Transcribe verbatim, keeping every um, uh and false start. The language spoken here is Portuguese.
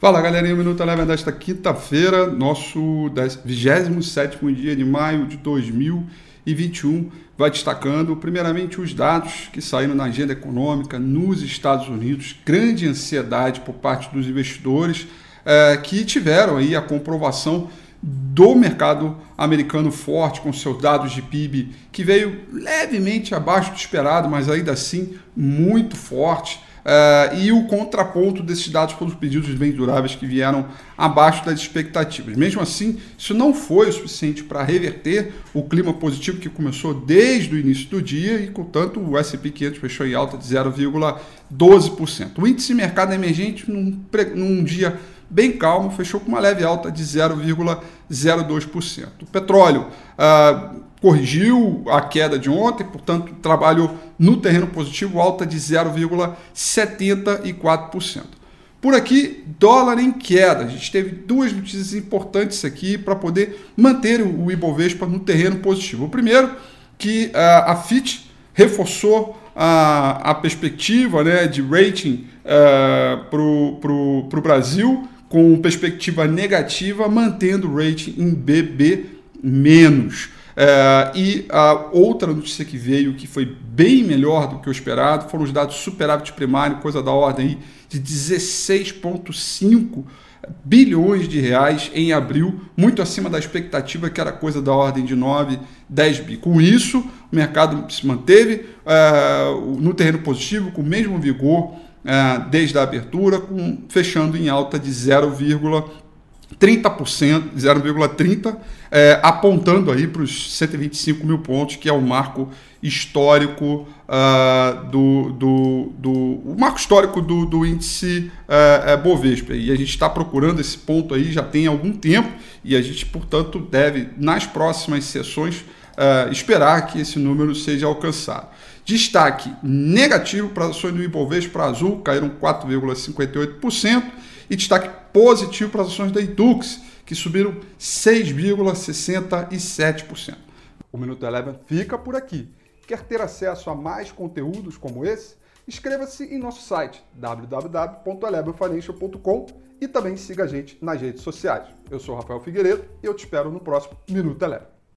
Fala galerinha, o Minuto Eleven desta quinta-feira, nosso vigésimo sétimo dia de maio de dois mil e vinte e um, vai destacando primeiramente os dados que saíram na agenda econômica nos Estados Unidos, grande ansiedade por parte dos investidores eh, que tiveram aí a comprovação do mercado americano forte com seus dados de P I B que veio levemente abaixo do esperado, mas ainda assim muito forte. Uh, e o contraponto desses dados pelos pedidos de bens duráveis que vieram abaixo das expectativas. Mesmo assim, isso não foi o suficiente para reverter o clima positivo que começou desde o início do dia e, portanto, o S e P quinhentos fechou em alta de zero vírgula doze por cento. O índice de mercado emergente, num, num dia bem calmo, fechou com uma leve alta de zero vírgula zero dois por cento. O petróleo uh, corrigiu a queda de ontem, portanto, trabalhou no terreno positivo, alta de zero vírgula setenta e quatro por cento. Por aqui, dólar em queda. A gente teve duas notícias importantes aqui para poder manter o Ibovespa no terreno positivo. O primeiro, que uh, a Fitch reforçou a, a perspectiva, né, de rating uh, para o Brasil, com perspectiva negativa, mantendo o rating em B B menos. Uh, e a outra notícia que veio, que foi bem melhor do que o esperado, foram os dados superávit primário, coisa da ordem aí de dezesseis vírgula cinco bilhões de reais em abril, muito acima da expectativa, que era coisa da ordem de nove, dez bi. Com isso, o mercado se manteve uh, no terreno positivo, com o mesmo vigor uh, desde a abertura, com, fechando em alta de zero vírgula trinta por cento, zero vírgula trinta, é, apontando aí para os cento e vinte e cinco mil pontos, que é o marco histórico uh, do, do, do o marco histórico do, do índice uh, Bovespa. E a gente está procurando esse ponto aí já tem algum tempo e a gente, portanto, deve, nas próximas sessões, uh, esperar que esse número seja alcançado. Destaque negativo para as ações do Ibovespa, para Azul, caíram quatro vírgula cinquenta e oito por cento, e destaque positivo para as ações da Itux, que subiram seis vírgula sessenta e sete por cento. O Minuto Eleven fica por aqui. Quer ter acesso a mais conteúdos como esse? Inscreva-se em nosso site w w w ponto eleven financial ponto com e também siga a gente nas redes sociais. Eu sou Rafael Figueiredo e eu te espero no próximo Minuto Eleven.